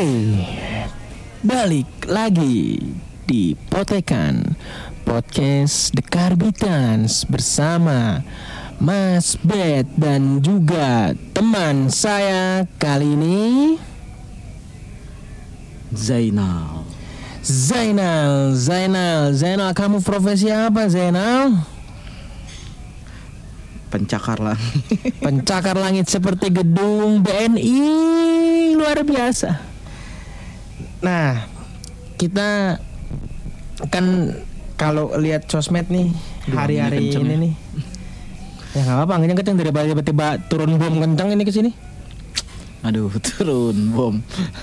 Hai, balik lagi di Potekan Podcast The Karbitans bersama Mas Bet dan juga teman saya kali ini Zainal, kamu profesi apa Zainal? pencakar langit. Pencakar langit seperti gedung BNI, luar biasa. Nah, kita kan kalau lihat sosmed nih hari-hari ini nih, ya nggak apa-apa, kenceng daripada tiba-tiba turun bom kencang ini ke sini. Aduh, turun bom.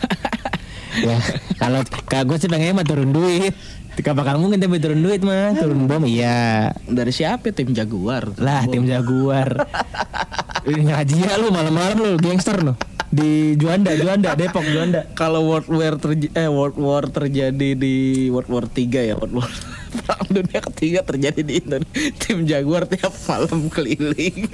Ya, kalau gue sih pengennya mah turun duit. Tidak bakal mungkin tapi turun duit mah, turun bom iya. Dari siapa? Tim Jaguar. Lah, tim Jaguar. Ini ngaji ya lu malam-malam lu, gangster lu. Di Juanda, Depok Juanda. Kalau World War terjadi di World War 3 ya, Perang Dunia Ketiga terjadi di Indonesia. Tim Jaguar tiap malam keliling.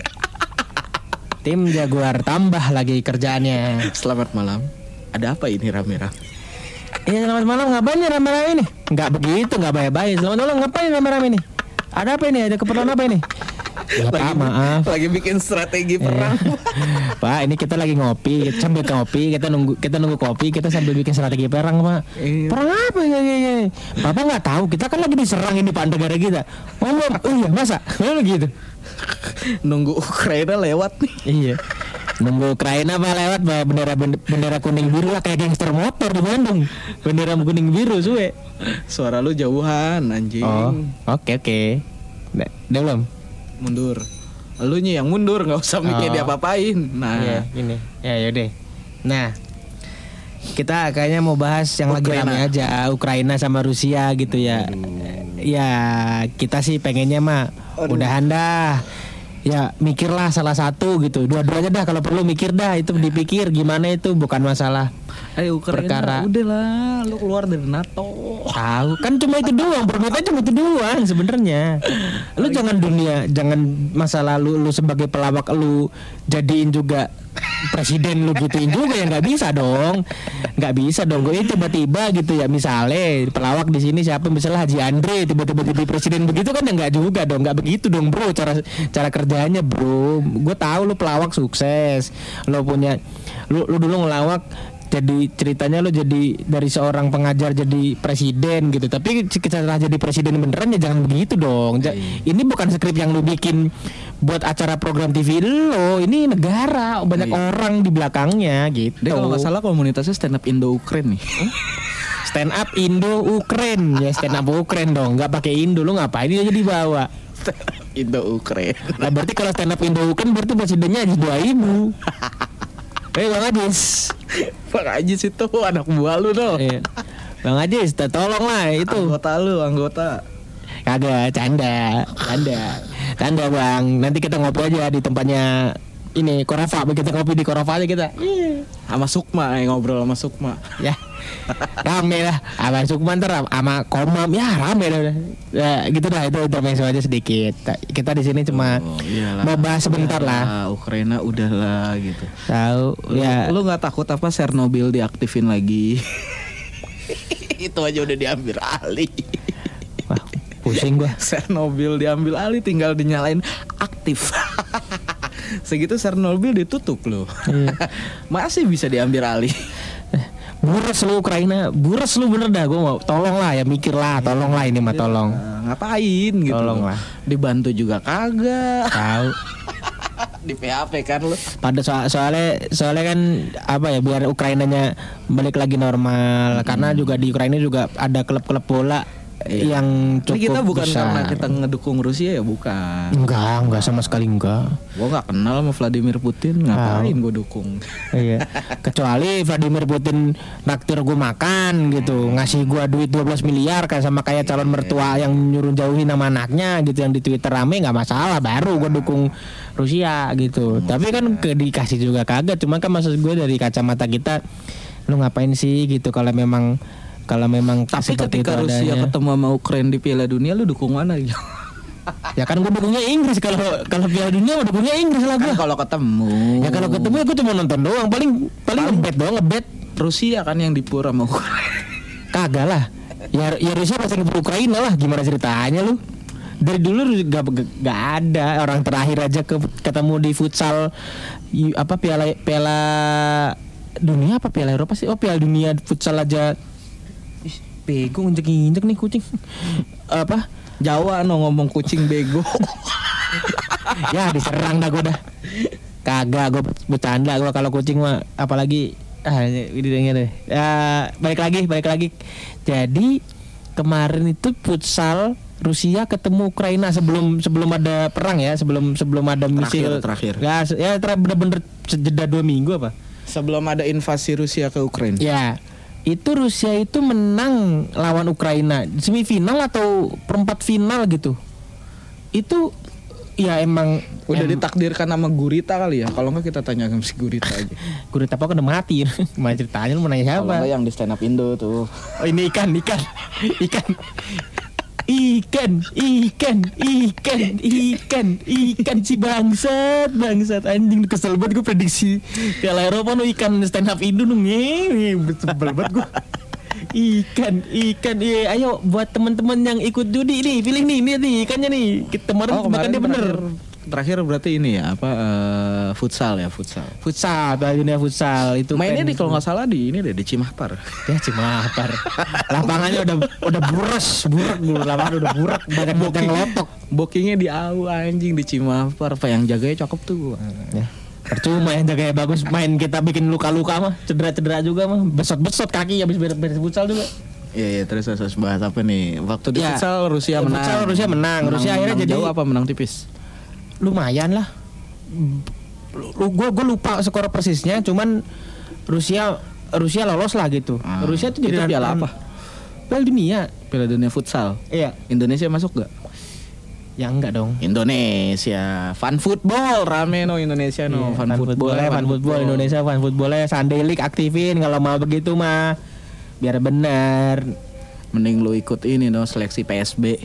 Tim Jaguar tambah lagi kerjaannya. Selamat malam. Ada apa ini rame-rame? Iya, selamat malam, ngapain nih rame-rame nih? Enggak begitu, enggak baik-baik. Selamat malam, ngapain rame-rame nih? Ada apa ini? Ada keperluan apa ini? Ya Pak, maaf. Lagi bikin strategi perang. Pak, ini kita lagi ngopi, sambil ngopi, kita nunggu kopi, kita sambil bikin strategi perang, Pak. Iya. Perang apa ya? Bapak nggak tahu, kita kan lagi diserang ini Pak negara kita. Oh iya, masa? Lalu gitu. Nunggu Ukraina lewat nih. Iya. Nunggu Ukraina apa lewat bendera kuning biru lah kayak gangster motor di Bandung. Bendera kuning biru suwe. Suara lu jauhan anjing. Oh, oke. Udah belum? Mundur. Lu nya yang mundur, enggak usah mikir dia apa-apain. Nah, iya, ini. Ya yaudah. Nah, kita kayaknya mau bahas yang lagi rame aja, Ukraina sama Rusia gitu ya. Ya, kita sih pengennya mah udahan dah. Ya mikirlah salah satu gitu, dua-duanya dah kalau perlu mikir dah, itu dipikir gimana itu bukan masalah. Ayo Ukraina, udahlah, lu keluar dari NATO. Tahu kan cuma itu doang, permintaan cuma itu doang sebenarnya. Lu jangan masalah lu sebagai pelawak lu jadiin juga presiden lu gituin juga ya, nggak bisa dong. Gue tiba-tiba gitu ya, misalnya pelawak di sini siapa, misalnya Haji Andre tiba-tiba jadi presiden begitu kan ya nggak juga dong, nggak begitu dong bro cara kerjanya bro. Gue tahu lu pelawak sukses, lu dulu ngelawak. Jadi ceritanya lo jadi dari seorang pengajar jadi presiden gitu. Tapi setelah jadi presiden beneran ya jangan begitu dong. Ini bukan skrip yang lo bikin buat acara program TV lo. Ini negara, banyak orang di belakangnya gitu. Dia kalau nggak salah komunitasnya stand up Indo Ukraine nih. Stand up Indo Ukraine ya, stand up Ukraine dong. Nggak pakai Indo, lo ngapain aja dibawa? Indo Ukraine. Nah berarti kalau stand up Indo Ukraine berarti presidennya Haji 2000. Bang Ajis itu anak buah lu tuh. Iya. Bang Ajis, tolong lah itu. Anggota. Kagak, canda Bang. Nanti kita ngopi aja di tempatnya ini Korafa. Kita ngopi di Korafa aja kita. Sama Sukma, ngobrol sama Sukma. Ya. Rame lah. Sama Sukma ntar sama Komam. Ya rame dah. Ya, gitu dah, itu intermezzo aja sedikit. Kita di sini cuma mau bahas sebentar lah. Ukraina udahlah gitu. Tahu ya. Lu enggak takut apa Chernobyl diaktifin lagi? Itu aja udah diambil alih. Wah, pusing gua. Chernobyl diambil alih, tinggal dinyalain aktif. Segitu Chernobyl ditutup loh. Masih bisa diambil alih. Buras lu Ukraina, buras lu bener dah. Gue mau tolong lah ya, mikir lah, tolong lah ini mah tolong. Ngapain gitu? Tolong lah. Dibantu juga kagak. Tahu. Di PHP kan lu. Pada soalnya kan apa ya, biar Ukrainanya balik lagi normal. Karena juga di Ukraina juga ada klub-klub bola yang cukup. Ini kita bukan besar. Karena kita ngedukung Rusia ya, bukan. Enggak sama sekali enggak. Gue nggak kenal sama Vladimir Putin, ngapain gue dukung? Iya. Kecuali Vladimir Putin naktir gue makan gitu, ngasih gue duit 12 miliar kayak calon mertua yang nyuruh jauhin nama anaknya gitu, yang di Twitter rame, nggak masalah, baru gue dukung Rusia gitu. Tapi kan dikasih juga kagak. Cuma kan maksud gue dari kacamata kita, lu ngapain sih gitu kalau memang tapi ketika Rusia ketemu sama Ukraina di Piala Dunia, lu dukung mana? Ya kan gue dukungnya Inggris, kalau Piala Dunia gue dukungnya Inggris lah gue. Kan kalau ketemu. Ya kalau ketemu gue cuma nonton doang, paling ngebet doang, ngebet Rusia kan yang dipur sama Ukraina. Kagak lah. Ya Rusia pasti ngeburu Ukraina lah. Gimana ceritanya lu? Dari dulu gak ada. Orang terakhir aja ketemu di futsal piala dunia apa piala Eropa sih? Oh, piala dunia futsal aja. Bego injek nih kucing. Apa? Jawa ngomong kucing bego. Ya diserang dah gue dah. Kagak, gue bercanda gue kalau kucing mah, apalagi ini deh. Ya, balik lagi. Jadi kemarin itu futsal Rusia ketemu Ukraina sebelum ada perang ya, sebelum ada misil terakhir. Ya bener-bener jeda 2 minggu apa? Sebelum ada invasi Rusia ke Ukraina. Ya. Itu Rusia itu menang lawan Ukraina semifinal atau perempat final gitu. Itu ya emang udah ditakdirkan sama Gurita kali ya. Kalau enggak kita tanya sama si Gurita aja. Gurita apa udah mati. Gimana ceritanya, lu mau nanya siapa? Kalau enggak yang di stand up Indo tuh. Oh ini ikan. Ikan si bangsat anjing, kesel banget gue prediksi Piala Eropa nu ikan stand up Indo nu sebel banget gue. Ikan ayo buat teman-teman yang ikut judi nih, pilih nih ikannya nih. Kemarin dia bener. Terakhir berarti ini ya futsal dunia futsal itu mainnya di kalau nggak salah di ini deh, di Cimahpar. Ya Cimahpar. Lapangannya udah burak lapangan udah burak, banyak yang lotok. Bookingnya di AU anjing di Cimahpar. Apa yang jaganya cakep tuh. Ya. Percuma yang jaganya bagus, main kita bikin luka-luka mah, cedera juga mah, besot kaki habis beres futsal juga. Iya terus bahas apa nih? Waktu di futsal Rusia menang. Rusia akhirnya jadi jauh apa menang tipis? Lumayan lah. Gue lupa skor persisnya, cuman Rusia lolos lah gitu. Rusia tuh jadi piala apa? Piala dunia futsal. Iya. Indonesia masuk gak? Ya enggak dong. Indonesia fun football rame Indonesia Iya, fun football Indonesia fun footballnya Sunday League aktifin kalau mau begitu mah biar bener. Mending lu ikut ini seleksi PSB.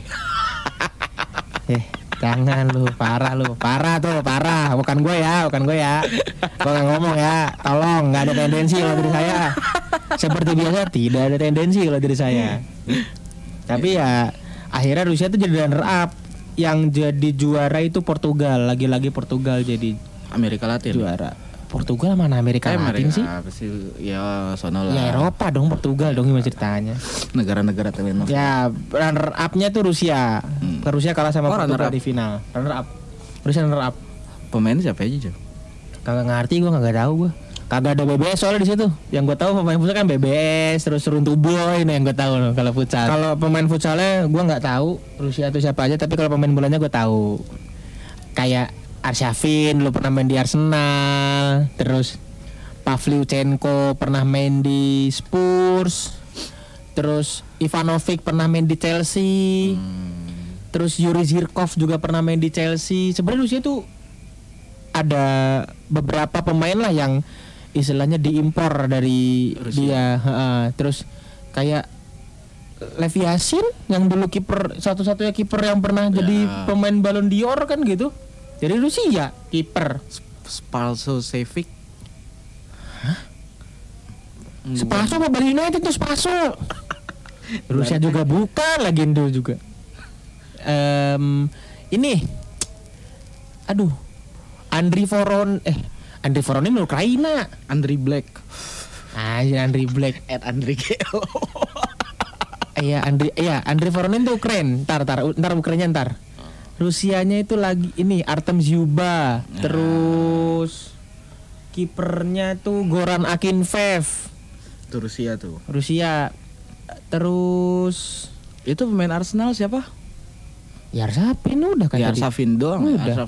Jangan lu, parah bukan gue ya gue gak ngomong ya, tolong, nggak ada tendensi kalau dari saya. Seperti biasa tidak ada tendensi kalau dari saya. Tapi ya akhirnya Rusia tuh jadi runner up. Yang jadi juara itu Portugal, lagi-lagi Portugal jadi Amerika Latin juara. Portugal mana Amerika Latin sih? Ya sono lah. Ya Eropa dong, Portugal dong gimana ceritanya. Negara-negara telenor. Ya runner up-nya tuh Rusia. Rusia kalah sama Portugal di final. Runner up. Rusia runner up. Pemain siapa aja, Jo? Kagak ngerti gue, kagak tahu gue. Kagak ada BBS soalnya di situ. Yang gue tahu pemain futsal kan BBS, terus Runtuh Boy nih yang gue tahu loh kalau futsal. Kalau pemain futsalnya gue nggak tahu Rusia itu siapa aja, tapi kalau pemain bolanya gue tahu. Kayak Arshavin dulu pernah main di Arsenal, terus Pavlyuchenko pernah main di Spurs, terus Ivanovic pernah main di Chelsea, terus Yuri Zirkov juga pernah main di Chelsea. Sebenarnya Rusia tuh ada beberapa pemain lah yang istilahnya diimpor dari Rusia. Terus kayak Lev Yashin yang dulu kiper, satu-satunya kiper yang pernah jadi pemain Ballon d'Or kan gitu. Dari Rusia kiper. Spalsosevic. Spaso apa Bali United tuh Spaso. Rusia juga bukan, legenda juga. Ini Andriy Voronin Ukraina. Andriy Black. Andriy Black. Andriy Gelo. Andriy Voronin tuh keren. Ntar Ukraina ntar. Rusianya itu lagi ini Artem Zyuba. Terus kipernya tuh Goran Akinfev. Itu Rusia tuh. Terus itu pemain Arsenal siapa? Ya Arshavin udah kan. Ya Arshavin doang.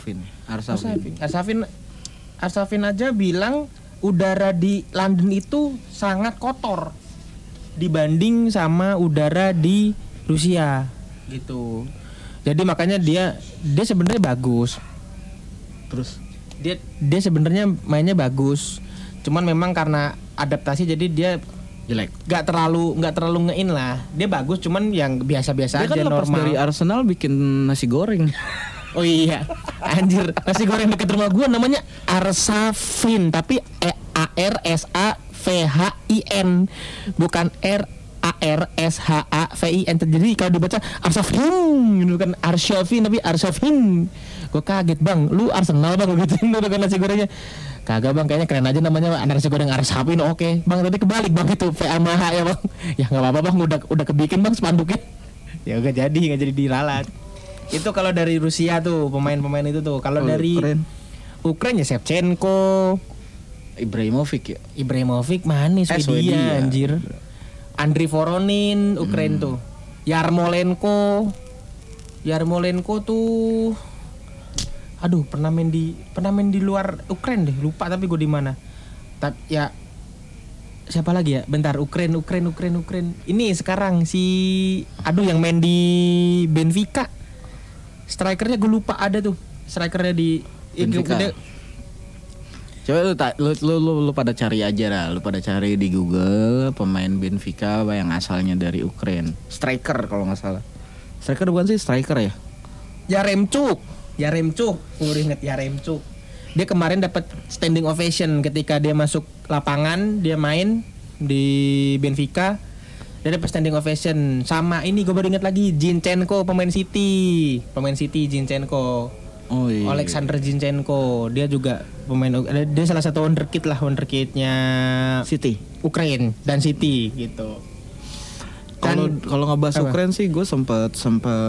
Arshavin aja bilang udara di London itu sangat kotor dibanding sama udara di Rusia gitu. Jadi makanya dia sebenarnya bagus. Terus dia sebenarnya mainnya bagus. Cuman memang karena adaptasi jadi dia jelek. Gak terlalu ngein lah. Dia bagus cuman yang biasa-biasa dia aja, kan lepas normal. Dari Arsenal bikin nasi goreng. Oh iya, anjir, nasi goreng dekat rumah gue namanya Arshavin, tapi ARSAV Arshavin, bukan Arshavin. Jadi kalau dibaca Arshavin, bukan Arshavin tapi Arshavin. Gue kaget, bang, lu Arsenal bang gitu dengan nasi gorengnya. Kagak bang, kayaknya keren aja namanya nasi goreng Arshavin. Oke bang, tadi kebalik bang, itu V sama H ya bang. Ya nggak apa-apa bang, udah kebikin bang spanduknya. Ya nggak jadi diralat. Itu kalau dari Rusia tuh pemain-pemain itu tuh. Kalau dari Ukraina ya Shevchenko, Ibrahimovic mana Swedia anjir. Andriy Voronin Ukraina tuh. Yarmolenko tuh aduh pernah main di luar Ukraina deh, lupa tapi gue di mana. Ya siapa lagi ya? Bentar, Ukraina. Ini sekarang yang main di Benfica. Strikernya gue lupa ada tuh. Strikernya di Benfica. Coba lu pada cari aja lah, lu pada cari di Google pemain Benfica yang asalnya dari Ukraina. Striker kalau nggak salah. Striker bukan sih striker ya? Yaremchuk. Gue inget Yaremchuk. Dia kemarin dapat standing ovation ketika dia masuk lapangan, dia main di Benfica. Dia dapat standing ovation. Sama ini gue baru inget lagi, Zinchenko pemain City Zinchenko. Oh iya. Alexander Zinchenko, dia juga pemain, dia salah satu wonderkidnya City, Ukraina dan City gitu. Kalau ngebahas Ukraina sih, gue sempat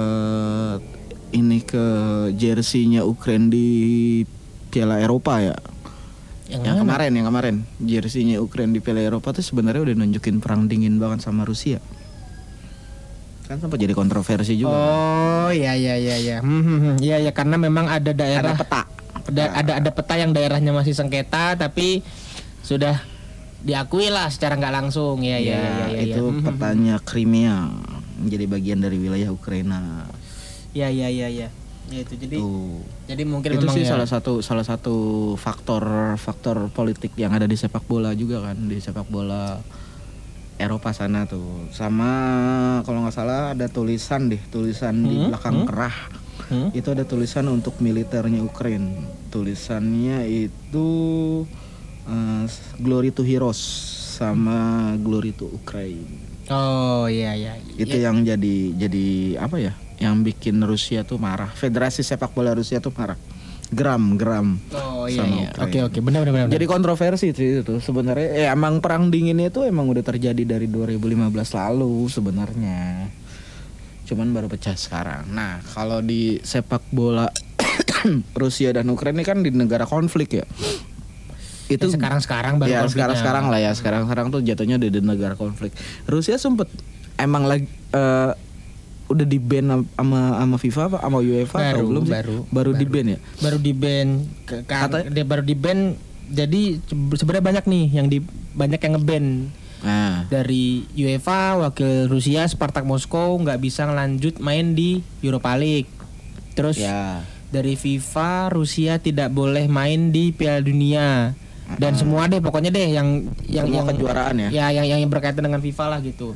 ini ke jersinya Ukraina di Piala Eropa ya. Yang kemarin jersinya Ukraina di Piala Eropa tuh sebenarnya udah nunjukin perang dingin banget sama Rusia. Kan sempat jadi kontroversi juga. Oh iya. Iya karena memang ada daerah ada peta yang daerahnya masih sengketa tapi sudah diakui lah secara nggak langsung. Iya. Itu petanya Crimea menjadi bagian dari wilayah Ukraina. Iya. Ya itu jadi mungkin itu memang sih salah satu faktor politik yang ada di sepak bola juga kan, di sepak bola Eropa sana tuh. Sama kalau nggak salah ada tulisan di belakang kerah. Itu ada tulisan untuk militernya Ukraina. Tulisannya itu Glory to Heroes sama Glory to Ukraine. Oh iya. Itu yang jadi apa ya? Yang bikin Rusia tuh marah. Federasi sepak bola Rusia tuh marah. Geram. Oh iya. Oke, benar. Jadi kontroversi sih itu sebenarnya. Emang perang dinginnya itu emang udah terjadi dari 2015 lalu sebenarnya. Cuman baru pecah sekarang. Nah, kalau di sepak bola Rusia dan Ukraina kan di negara konflik ya. Itu sekarang baru ya, sekarang lah ya. Sekarang tuh jatuhnya di negara konflik. Rusia sempet emang lagi udah di ban sama FIFA apa sama UEFA atau belum sih? Baru di ban ya? Baru di ban. Dia baru di ban. Jadi sebenarnya banyak nih banyak yang ngeban. Nah. Dari UEFA, wakil Rusia Spartak Moskow nggak bisa ngelanjut main di Europa League. Terus dari FIFA, Rusia tidak boleh main di Piala Dunia. Dan semua deh pokoknya deh yang kejuaraan ya. Ya yang berkaitan dengan FIFA lah gitu.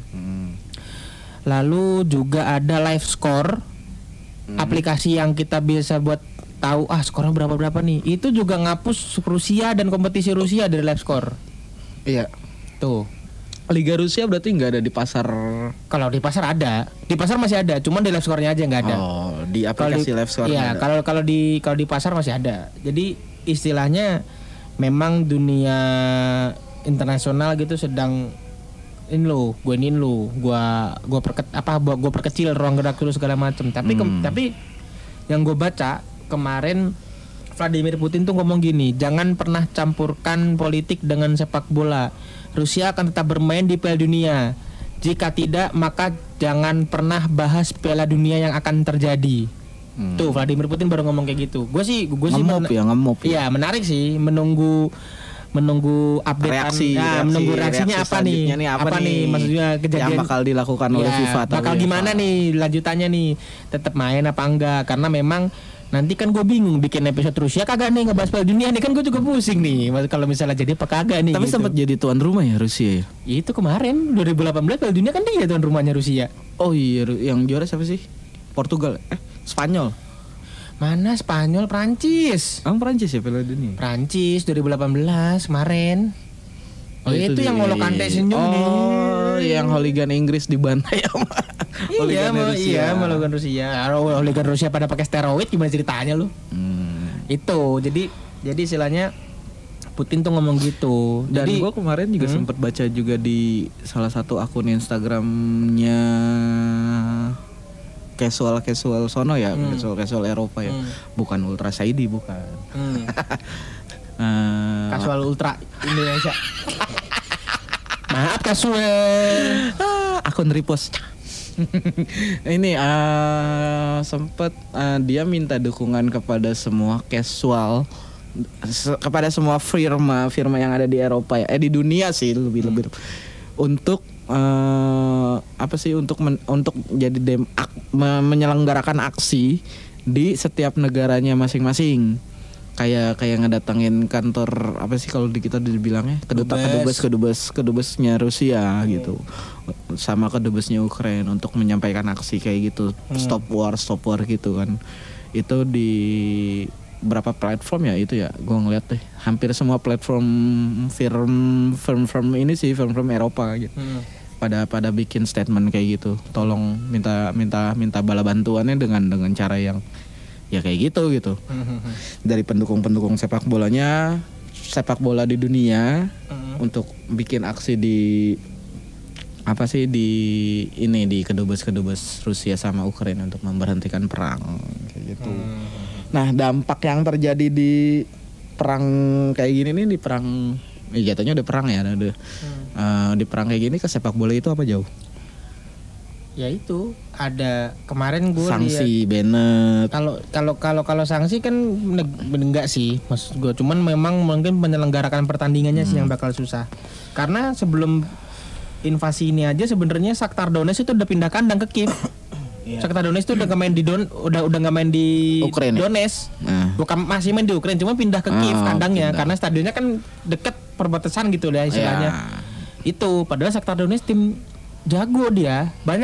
Lalu juga ada live score, aplikasi yang kita bisa buat tahu skornya berapa nih. Itu juga ngapus Rusia dan kompetisi Rusia dari live score. Iya. Tuh. Liga Rusia berarti nggak ada di pasar. Kalau di pasar ada, di pasar masih ada, cuman di live score-nya aja nggak ada. Oh, di aplikasi live score. Iya, kalau di pasar masih ada. Jadi istilahnya memang dunia internasional gitu sedang gue perkecil ruang gerak dulu segala macam. Tapi yang gue baca kemarin Vladimir Putin tuh ngomong gini, jangan pernah campurkan politik dengan sepak bola. Rusia akan tetap bermain di Piala Dunia. Jika tidak, maka jangan pernah bahas Piala Dunia yang akan terjadi. Tuh Vladimir Putin baru ngomong kayak gitu. Gue sih ngemop ya. Iya, menarik sih menunggu update menunggu reaksinya apa nih maksudnya kejadian yang bakal dilakukan oleh FIFA bakal gimana nih lanjutannya nih, tetap main apa enggak, karena memang nanti kan gue bingung bikin episode Rusia kagak nih ngebahas Piala Dunia nih, kan gue juga pusing nih kalau misalnya jadi apa kagak nih. Tapi gitu. Sempat jadi tuan rumah ya Rusia ya? Itu kemarin 2018 Piala Dunia kan dia tuan rumahnya Rusia. Oh iya, yang juara siapa sih? Portugal? Spanyol? Mana Spanyol? Prancis. Prancis ya Piala Dunia? Prancis 2018 kemarin. Oh, itu yang Ngolo Kante senyum nih. Oh, yang hooligan Inggris dibantai sama Iya, hooligan Rusia. hooligan Rusia. Hooligan Rusia pada pakai steroid gimana ceritanya lu? Itu. Jadi istilahnya Putin tuh ngomong gitu. Dan Jadi gue kemarin juga sempat baca juga di salah satu akun Instagramnya casual sono ya, casual Eropa ya, bukan Ultra Saidi bukan. Kasual Ultra Indonesia. Maaf kasual. Akun repost. Ini sempat dia minta dukungan kepada semua casual, kepada semua firma yang ada di Eropa ya, di dunia sih lebih untuk untuk jadi menyelenggarakan aksi di setiap negaranya masing-masing. Kayak ngedatengin kantor apa sih kalau di kita dibilangnya kedubesnya Rusia gitu, sama kedubesnya Ukraina untuk menyampaikan aksi kayak gitu, stop war gitu kan. Itu di berapa platform ya itu ya, gue ngeliat deh hampir semua platform firm ini sih, firm Eropa gitu. Pada bikin statement kayak gitu, tolong minta bala bantuannya dengan cara yang ya kayak gitu dari pendukung sepak bola di dunia untuk bikin aksi di di kedubes Rusia sama Ukraina untuk memberhentikan perang kayak gitu. Nah, dampak yang terjadi di perang kayak gini nih, di perang jatuhnya udah perang ya, di perang kayak gini ke sepak bola itu apa jauh? Ya itu ada kemarin gue sanksi Bennett. Kalau sanksi kan enggak sih maksud gue, cuman memang mungkin penyelenggarakan pertandingannya sih yang bakal susah, karena sebelum invasi ini aja sebenarnya Shakhtar Donetsk itu udah pindah kandang ke Kiev. Shakhtar Donetsk itu udah nggak main di udah nggak main di Ukraine, Donetsk. Bukan masih main di Ukraina, cuma pindah ke Kiev kandangnya karena stadionnya kan deket perbatasan gitu lah istilahnya. Itu padahal Shakhtar Donetsk tim jago, dia banyak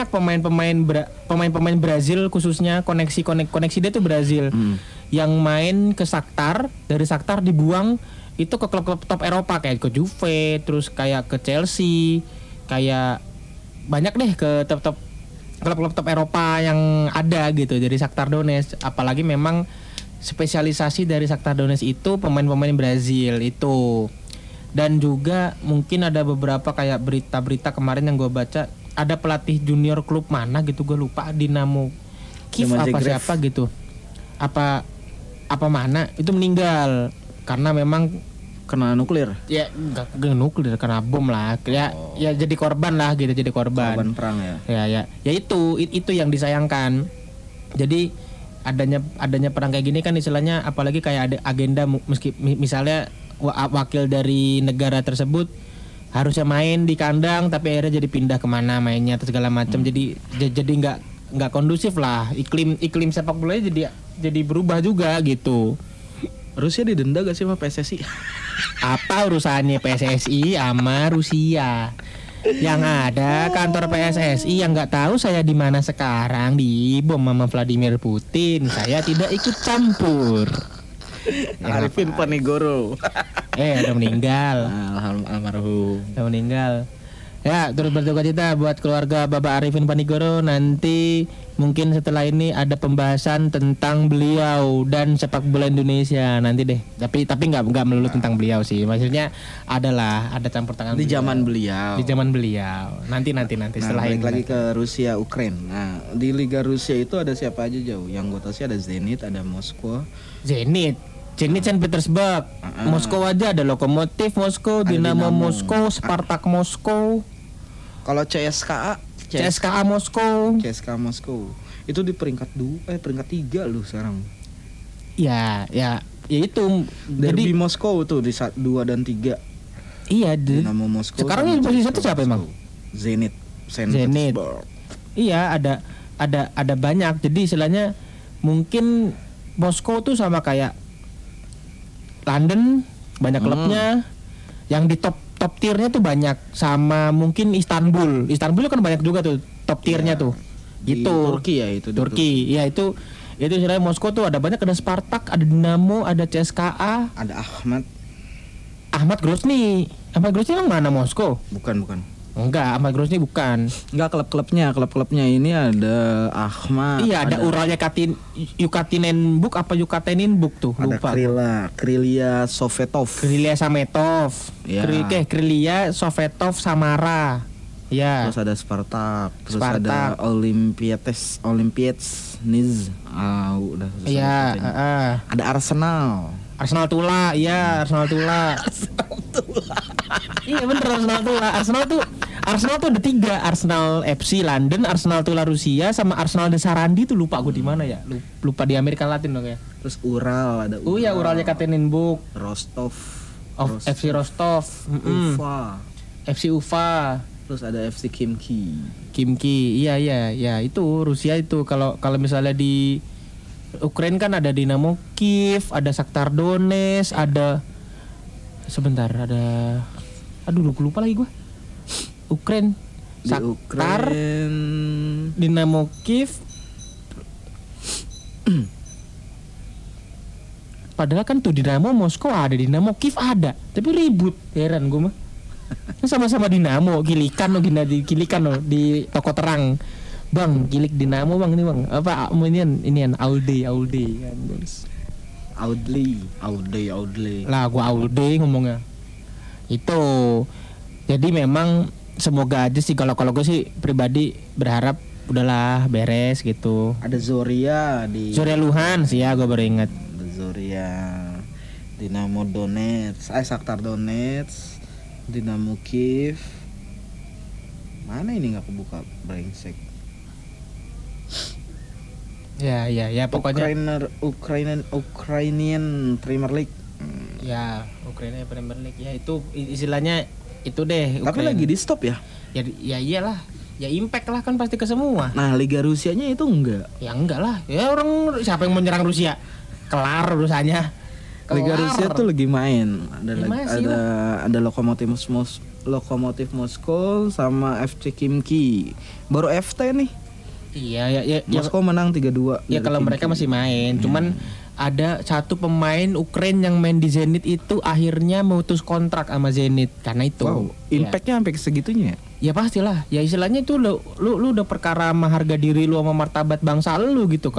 pemain Brazil, khususnya koneksi dia tuh Brazil yang main ke Shakhtar, dari Shakhtar dibuang itu ke klub-klub top Eropa kayak ke Juve, terus kayak ke Chelsea, kayak banyak deh ke top klub-klub top Eropa yang ada gitu dari Shakhtar Donetsk. Apalagi memang spesialisasi dari Shakhtar Donetsk itu pemain-pemain Brazil itu. Dan juga mungkin ada beberapa kayak berita-berita kemarin yang gue baca, ada pelatih junior klub mana gitu, gue lupa, Dinamo Kiev apa siapa gitu, apa mana itu meninggal karena memang kena nuklir. Ya enggak nuklir, kena bom lah. Ya jadi korban lah gitu, jadi korban perang ya. Ya itu yang disayangkan. Jadi adanya perang kayak gini kan istilahnya, apalagi kayak ada agenda misalnya wakil dari negara tersebut harusnya main di kandang tapi akhirnya jadi pindah kemana mainnya atau segala macam. Jadi nggak kondusif lah, iklim sepak bola jadi berubah juga gitu. Rusia didenda gak sih sama PSSI? Apa urusannya PSSI sama Rusia? Yang ada kantor PSSI yang nggak tahu saya di mana sekarang, dibom sama Vladimir Putin. Saya tidak ikut campur. Arifin Panigoro. Udah meninggal. Almarhum. Udah meninggal. Ya, turut berduka cita buat keluarga Bapak Arifin Panigoro. Nanti mungkin setelah ini ada pembahasan tentang beliau dan sepak bola Indonesia nanti deh. Tapi nggak melulu tentang beliau sih. Maksudnya ada campur tangan di zaman beliau. Di zaman beliau. Nanti setelah ini. Lagi ke Rusia Ukraina. Nah, di Liga Rusia itu ada siapa aja jauh? Yang gue tahu sih ada Zenit, ada Moskow. Zenit Saint Petersburg, Moskow aja ada Lokomotiv Moskow, Dinamo Moskow, Spartak Moskow. Kalau CSKA Moskow itu di peringkat 3 loh sekarang. Ya itu. Derby Moskow tuh di 2 dan 3. Iya, Dinamo Moskow. Sekarang yang posisi 1 siapa emang? Zenit Saint Petersburg. Iya, ada banyak. Jadi istilahnya mungkin Moskow tuh sama kayak London, banyak klubnya. Yang di top tiernya tuh banyak, sama mungkin Istanbul kan banyak juga tuh top tiernya tuh. Itu Turki ya itu. Turki. Ya itu istilahnya Moskow tuh ada banyak, ada Spartak, ada Dinamo, ada CSKA, ada Ahmad Grozny Ahmad Grozny yang mana, Moskow? Bukan. Enggak, Ahmad Grozny bukan. Enggak, klub-klubnya ini ada Ahmad. Iya, ada Uralnya Yukatinenbuk apa Yukateninbuk tuh, ada lupa. Krylia Sovetov. Krylia Sametov. Ya. Krylia Sovetov Samara. Ya. Terus ada Spartak, terus Spartak. ada Olympiets Niz. Udah selesai. Iya, Ada Arsenal Tula, iya, Arsenal Tula. Iya bener, Arsenal tuh ada 3, Arsenal FC London, Arsenal Tula Rusia, sama Arsenal de Sarandi tuh lupa gue di mana ya. Lupa di Amerika Latin loh kayak. Terus Ural ada. Oh iya, Uralnya Yekaterinburg. Rostov. FC Rostov. Ufa. FC Ufa. Terus ada FC Khimki. Iya itu Rusia itu. Kalau misalnya di Ukraina kan ada Dinamo Kiev, ada Shakhtar Donetsk, ada aduh lupa lagi gue. Ukraina, Shakhtar, Dinamo Kiev. Padahal kan tuh Dinamo Moskow ada, Dinamo Kiev ada, tapi ribut, heran gue mah. Sama-sama Dinamo, kilikan lo di toko terang. Bang, kilik Dinamo bang, ini bang. Apa ini Audi kan. Audley. Lah gua Audi ngomongnya. Itu. Jadi memang semoga aja sih kalau gue sih pribadi berharap udahlah beres gitu. Ada Zoria Luhansk ya, gue baru ingat. Zoria, Dinamo Donetsk, Shakhtar Donetsk, Dinamo Kiev. Mana ini nggak kebuka, brengsek. Ya pokoknya Ukrainian Premier League. Ya, Ukraina Premier League ya itu istilahnya itu deh. Tapi Ukraina. lagi di stop ya? Ya iyalah. Ya impact lah kan pasti ke semua. Nah, Liga Rusianya itu enggak. Ya enggak lah. Ya orang siapa yang mau nyerang Rusia? Kelar urusannya. Liga Rusia tuh lagi main. Ada Lokomotiv Moskow sama FC Khimki. Baru FT nih. Iya ya. Moskow menang 3-2. Ya kalau mereka masih main, cuman ada satu pemain Ukraina yang main di Zenit itu akhirnya memutus kontrak sama Zenit karena itu. Wow, impactnya sampai segitunya ya? Ya pastilah. Ya istilahnya itu lu udah perkara sama harga diri lu sama martabat bangsa lu gitu.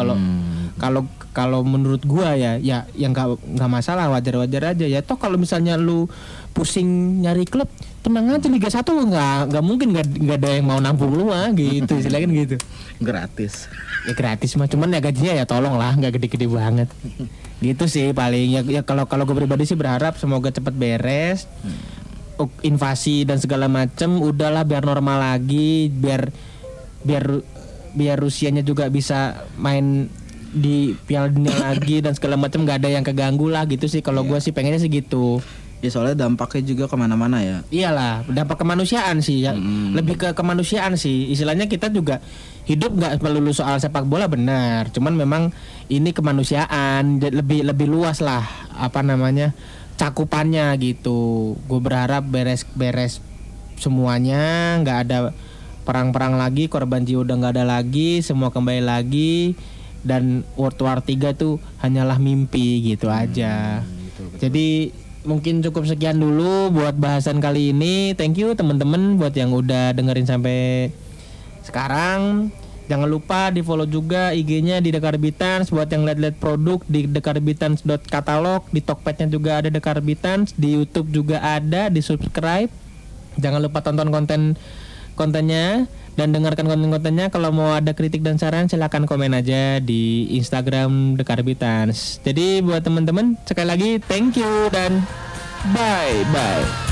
Kalau menurut gua ya enggak masalah, wajar-wajar aja. Ya toh kalau misalnya lu pusing nyari klub, tenang aja, Liga 1 enggak mungkin enggak ada yang mau nampung lu gitu. Silakan gitu. Gratis. Ya gratis mah, cuman ya gajinya ya tolong lah, enggak gede-gede banget. Gitu sih paling. Ya kalau gue pribadi sih berharap semoga cepat beres. Invasi dan segala macem udahlah, biar normal lagi, biar Rusianya juga bisa main di Piala Dunia lagi dan segala macam, nggak ada yang keganggu lah gitu sih kalau gue sih pengennya sih gitu. Ya soalnya dampaknya juga kemana-mana ya. Iyalah, dampak kemanusiaan sih ya. Lebih ke kemanusiaan sih. Istilahnya kita juga hidup nggak melulu soal sepak bola, benar. Cuman memang ini kemanusiaan, lebih luas lah cakupannya gitu. Gue berharap beres semuanya, nggak ada perang-perang lagi, korban jiwa udah nggak ada lagi, semua kembali lagi, dan World War 3 tuh hanyalah mimpi gitu aja. Betul. Jadi mungkin cukup sekian dulu buat bahasan kali ini. Thank you teman-teman buat yang udah dengerin sampai sekarang. Jangan lupa di follow juga IG-nya di Dekarbitans. Buat yang lihat-lihat produk di dekarbitans.katalog. Di Tokped-nya juga ada Dekarbitans. Di YouTube juga ada, di subscribe. Jangan lupa tonton kontennya dan dengarkan konten-kontennya. Kalau mau ada kritik dan saran silakan komen aja di Instagram Dekarbitans. Jadi buat teman-teman sekali lagi thank you dan bye.